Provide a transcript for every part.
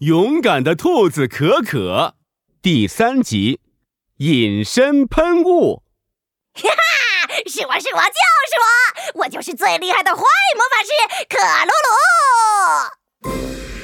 勇敢的兔子可可第3集隐身喷雾。 哈哈，是我，就是我就是最厉害的坏魔法师克鲁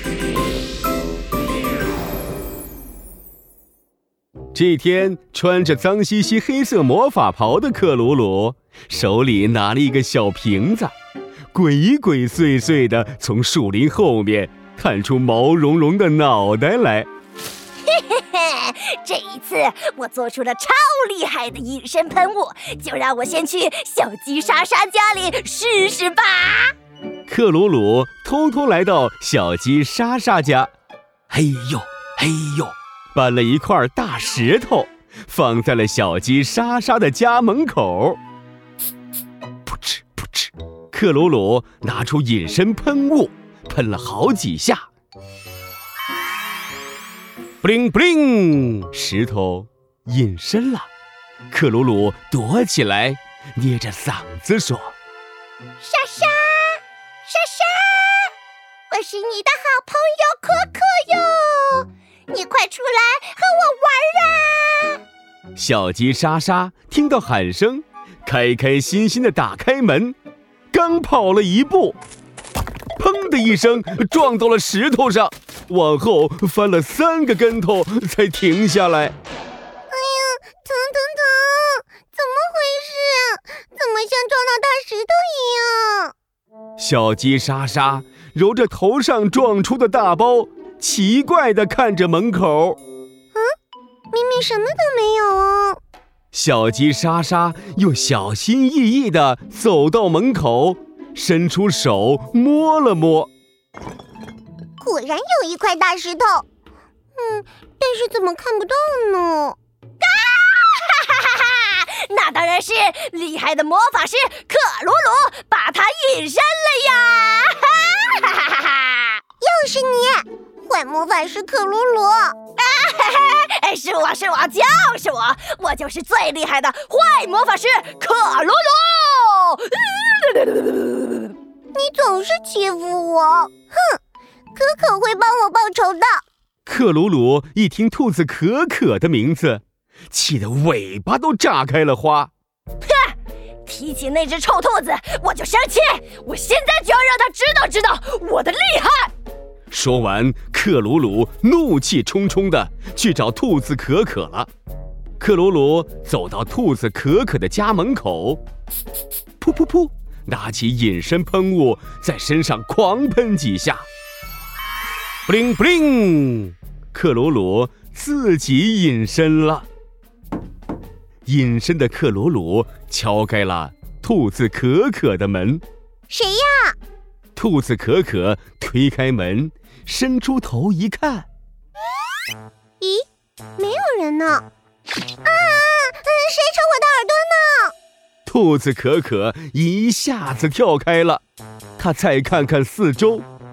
鲁。这天，穿着脏兮兮黑色魔法袍的克鲁鲁手里拿了一个小瓶子，鬼鬼祟祟地从树林后面探出毛茸茸的脑袋来。 嘿嘿嘿，这一次我做出了超厉害的隐身喷雾，就让我先去小鸡莎莎家里试试吧。 克鲁鲁偷偷来到小鸡莎莎家，嘿呦嘿呦，搬了一块大石头放在了小鸡莎莎的家门口。噗嗤噗嗤，克鲁鲁拿出隐身喷雾，喷了好几下。布灵布灵，石头隐身了。克鲁鲁躲起来，捏着嗓子说： 莎莎，莎莎，我是你的好朋友可可哟，你快出来和我玩啊！ 小鸡莎莎听到喊声，开开心心地打开门，刚跑了一步，砰的一声撞到了石头上，往后翻了3个跟头才停下来。 哎呀，疼，怎么回事？怎么像撞到大石头一样？ 小鸡莎莎揉着头上撞出的大包，奇怪地看着门口。 明明什么都没有哦。 小鸡莎莎又小心翼翼地走到门口，伸出手摸了摸， 果然有一块大石头。但是怎么看不到呢？哈哈哈！那当然是厉害的魔法师克鲁鲁把它隐身了呀！哈哈哈哈！又是你，坏魔法师克鲁鲁！是我，就是我，我就是最厉害的坏魔法师克鲁鲁！你总是欺负我，哼！可可会帮我报仇的。 克鲁鲁一听兔子可可的名字，气得尾巴都炸开了花。 哼！提起那只臭兔子，我就生气！我现在就要让他知道我的厉害！ 说完，克鲁鲁怒气冲冲地去找兔子可可了。克鲁鲁走到兔子可可的家门口，噗噗噗，拿起隐身喷雾在身上狂喷几下。布灵布灵，克鲁鲁自己隐身了。隐身的克鲁鲁敲开了兔子可可的门。 谁呀？ 兔子可可推开门，伸出头一看， 咦，没有人呢。谁扯我的耳朵呢？ 兔子可可一下子跳开了，他再看看四周，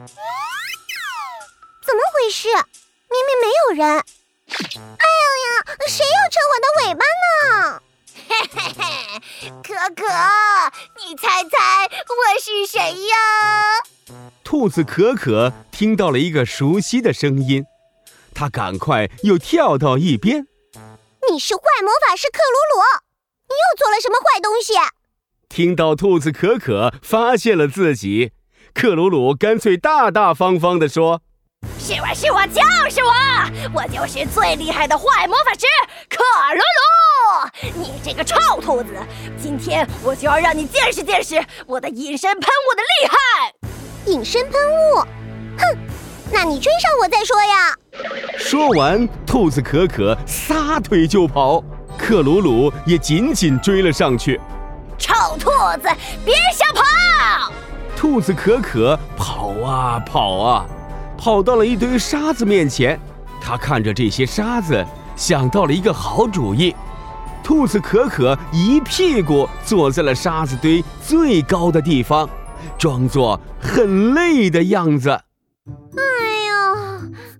怎么回事？明明没有人。哎呀，谁要扯我的尾巴呢？嘿嘿嘿，可可，你猜我是谁呀？ 兔子可可听到了一个熟悉的声音，他赶快又跳到一边。 你是坏魔法师克鲁鲁，你又做了什么坏东西？ 听到兔子可可发现了自己，克鲁鲁干脆大大方方地说： 是我，就是我就是最厉害的坏魔法师克鲁鲁！你这个臭兔子，今天我就要让你见识我的隐身喷雾的厉害！隐身喷雾？哼，那你追上我再说呀！ 说完，兔子可可撒腿就跑，克鲁鲁也紧紧追了上去。 臭兔子，别想跑！ 兔子可可跑啊跑啊，跑到了一堆沙子面前。他看着这些沙子，想到了一个好主意。兔子可可一屁股坐在了沙子堆最高的地方，装作很累的样子。 哎呀，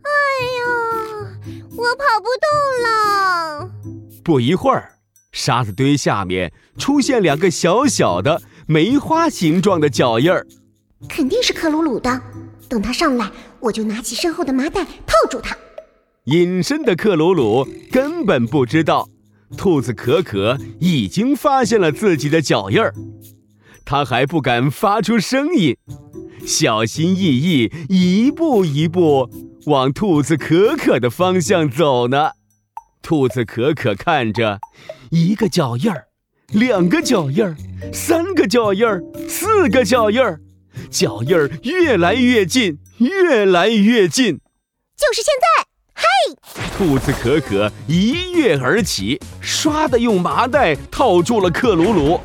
我跑不动了。 不一会儿，沙子堆下面出现2个小小的梅花形状的脚印儿。 肯定是克鲁鲁的，等他上来， 我就拿起身后的麻袋套住它。 隐身的克鲁鲁根本不知道，兔子可可已经发现了自己的脚印儿，他还不敢发出声音，小心翼翼，一步一步往兔子可可的方向走呢。兔子可可看着1个脚印儿，2个脚印儿，3个脚印儿，4个脚印儿，脚印儿越来越近，越来越近。 就是现在！嘿！ 兔子可可一跃而起，唰地用麻袋套住了克鲁鲁。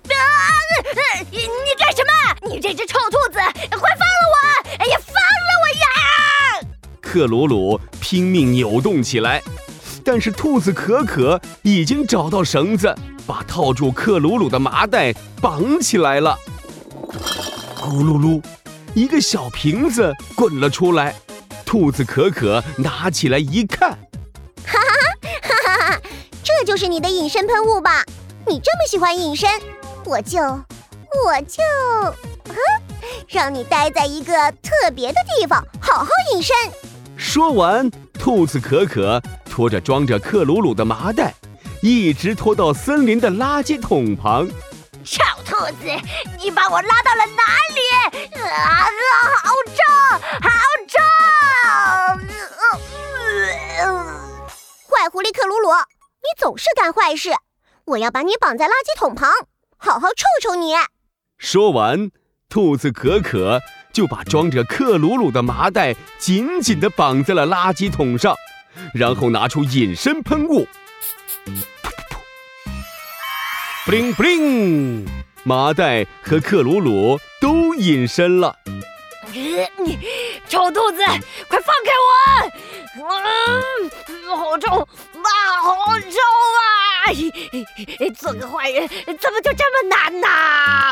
你干什么？你这只臭兔子，快放了我！哎呀，放了我呀！ 克鲁鲁拼命扭动起来，但是兔子可可已经找到绳子，把套住克鲁鲁的麻袋绑起来了。咕噜噜，一个小瓶子滚了出来，兔子可可拿起来一看， 哈哈，这就是你的隐身喷雾吧？你这么喜欢隐身，我就让你待在一个特别的地方，好好隐身。 说完，兔子可可拖着装着克鲁鲁的麻袋，一直拖到森林的垃圾桶旁。 臭兔子，你把我拉到了哪里？好重，好重！坏狐狸克鲁鲁，你总是干坏事，我要把你绑在垃圾桶旁，好好臭臭你。 说完，兔子可可就把装着克鲁鲁的麻袋紧紧地绑在了垃圾桶上，然后拿出隐身喷雾，布灵布灵，麻袋和克鲁鲁都隐身了。 臭兔子，快放开我！好臭，好臭啊！做个坏人怎么就这么难呢？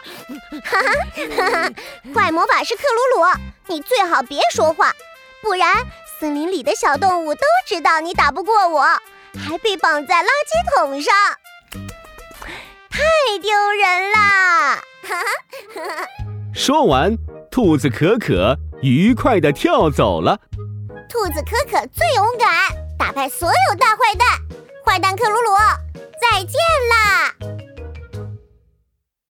坏魔法师克鲁鲁，你最好别说话，不然森林里的小动物都知道你打不过我，还被绑在垃圾桶上，太丢人啦！ 说完，兔子可可愉快地跳走了。 兔子可可最勇敢，打败所有大坏蛋，坏蛋克鲁鲁，再见啦！